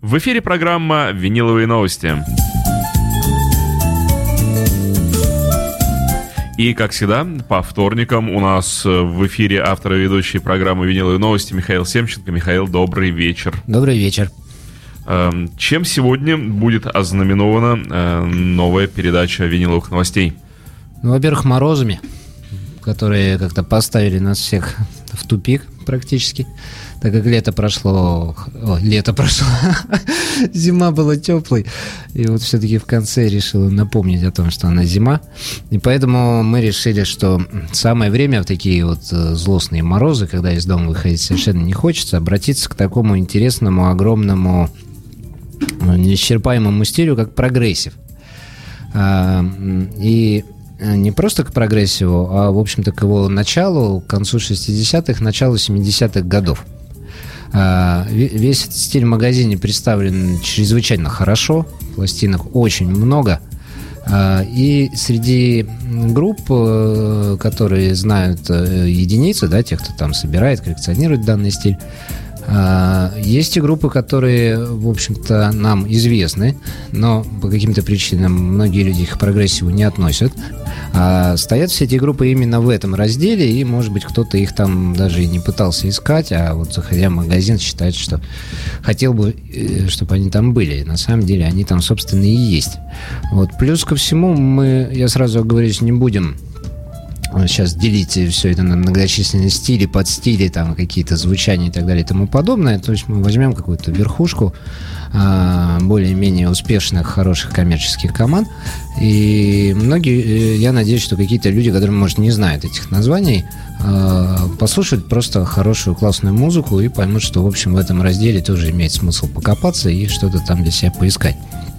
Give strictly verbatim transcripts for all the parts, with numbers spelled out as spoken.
В эфире программа «Виниловые новости». И, как всегда, по вторникам у нас в эфире автор и ведущий программы «Виниловые новости» Михаил Семченко. Михаил, добрый вечер. Добрый вечер. Чем сегодня будет ознаменована новая передача «Виниловых новостей»? Ну, во-первых, морозами, которые как-то поставили нас всех в тупик практически, так как лето прошло, о, лето прошло, зима была теплой, и вот все-таки в конце решила напомнить о том, что она зима, и поэтому мы решили, что самое время в такие вот злостные морозы, когда из дома выходить совершенно не хочется, обратиться к такому интересному, огромному, неисчерпаемому стилю, как прогрессив. И не просто к прогрессиву, а, в общем-то, к его началу, к концу шестидесятых, началу семидесятых годов. Весь этот стиль в магазине представлен чрезвычайно хорошо, пластинок очень много. И среди групп, которые знают единицы, да, тех, кто там собирает, коллекционирует данный стиль, есть и группы, которые, в общем-то, нам известны, но по каким-то причинам многие люди их к прогрессиву не относят. А стоят все эти группы именно в этом разделе, и, может быть, кто-то их там даже и не пытался искать, а вот, заходя в магазин, считает, что хотел бы, чтобы они там были. И на самом деле они там, собственно, и есть. Вот. Плюс ко всему, мы, я сразу оговорюсь, не будем сейчас делить все это на многочисленные стили, подстили, там какие-то звучания и так далее и тому подобное. То есть мы возьмем какую-то верхушку а, более-менее успешных, хороших коммерческих команд. И многие, я надеюсь, что какие-то люди, которые, может, не знают этих названий, а, послушают просто хорошую, классную музыку и поймут, что, в общем, в этом разделе тоже имеет смысл покопаться и что-то там для себя поискать.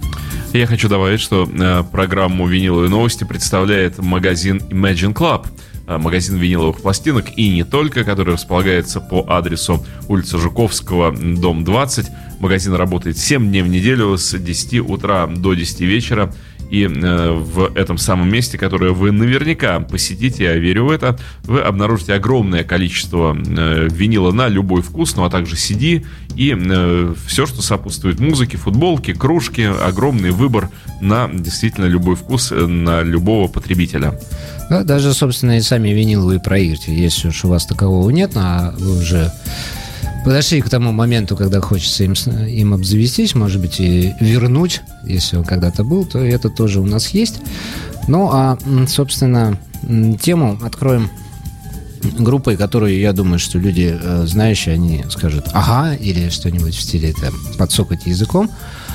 Я хочу добавить, что э, программу «Виниловые новости» представляет магазин Imagine Club, э, магазин виниловых пластинок и не только, который располагается по адресу улица Жуковского, дом двадцать. Магазин работает семь дней в неделю с десяти утра до десяти вечера. И э, в этом самом месте, которое вы наверняка посетите, я верю в это, вы обнаружите огромное количество э, винила на любой вкус, ну а также си ди и э, все, что сопутствует музыке, футболки, кружки, огромный выбор на действительно любой вкус, на любого потребителя. Да, даже, собственно, и сами виниловые проигрыватели, если уж у вас такового нет, а вы уже подошли к тому моменту, когда хочется им, им обзавестись, может быть, и вернуть, если он когда-то был, то это тоже у нас есть. Ну, а, собственно, тему откроем группой, которую, я думаю, что люди, знающие, они скажут «ага» или что-нибудь в стиле там, подсокать языком.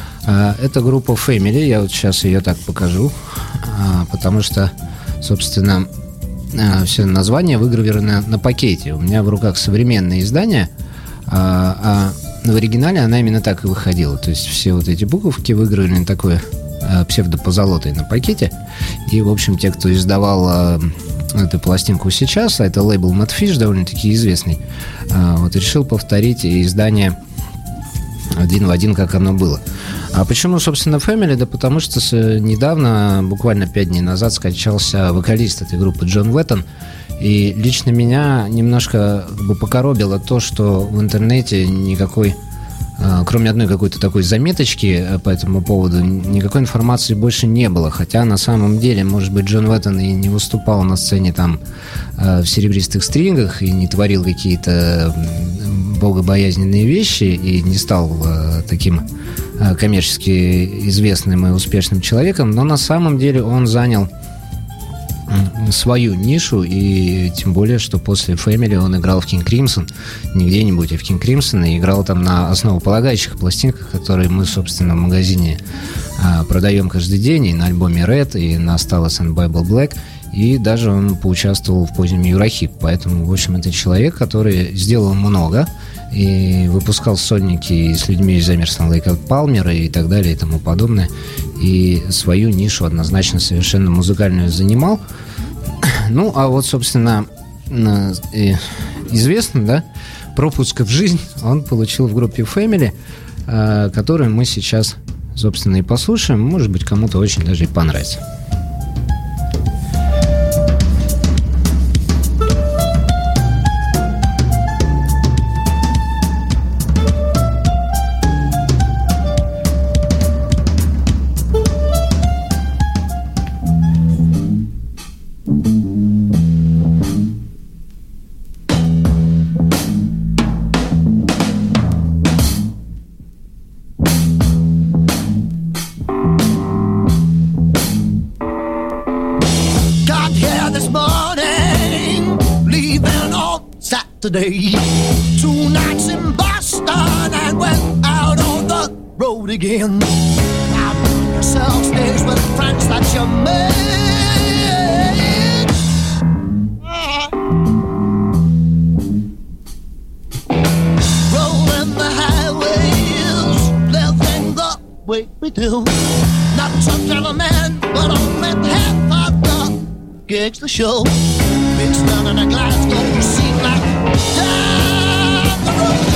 Это группа Family, я вот сейчас ее так покажу, потому что, собственно, все названия выгравированы на пакете. У меня в руках современное издание, а, а в оригинале она именно так и выходила. То есть все вот эти буковки выгравированы такой а, псевдопозолотой на пакете. И, в общем, те, кто издавал а, эту пластинку сейчас, а это лейбл Madfish, довольно-таки известный, а, вот решил повторить издание один в один, как оно было. А почему, собственно, Family? Да потому что недавно, буквально пять дней назад, скончался вокалист этой группы Джон Уэттон. И лично меня немножко как бы покоробило то, что в интернете никакой, кроме одной какой-то такой заметочки по этому поводу, никакой информации больше не было. Хотя на самом деле, может быть, Джон Уэттон и не выступал на сцене там в серебристых стрингах и не творил какие-то богобоязненные вещи и не стал таким коммерчески известным и успешным человеком, но на самом деле он занял свою нишу, и тем более, что после Family он играл в King Crimson, не где-нибудь, а в King Crimson, и играл там на основополагающих пластинках, которые мы, собственно, в магазине а, продаем каждый день, и на альбоме Red, и на Stars and Bible Black, и даже он поучаствовал в позднем Юрахип, поэтому, в общем, это человек, который сделал много, и выпускал сольники с людьми из Эмерсона, Лейка Палмера и так далее и тому подобное, и свою нишу однозначно совершенно музыкальную занимал. Ну, а вот, собственно, известно, да, пропуск в жизнь он получил в группе Family, которую мы сейчас, собственно, и послушаем. Может быть, кому-то очень даже и понравится. yesterday. Two nights in Boston and went out on the road again. Out on yourself stays with friends that you made. Rolling the highways, living the way we do. Not some gentlemen, but only half of the gigs the show. Mixed down in a Glasgow, you seem like down the road.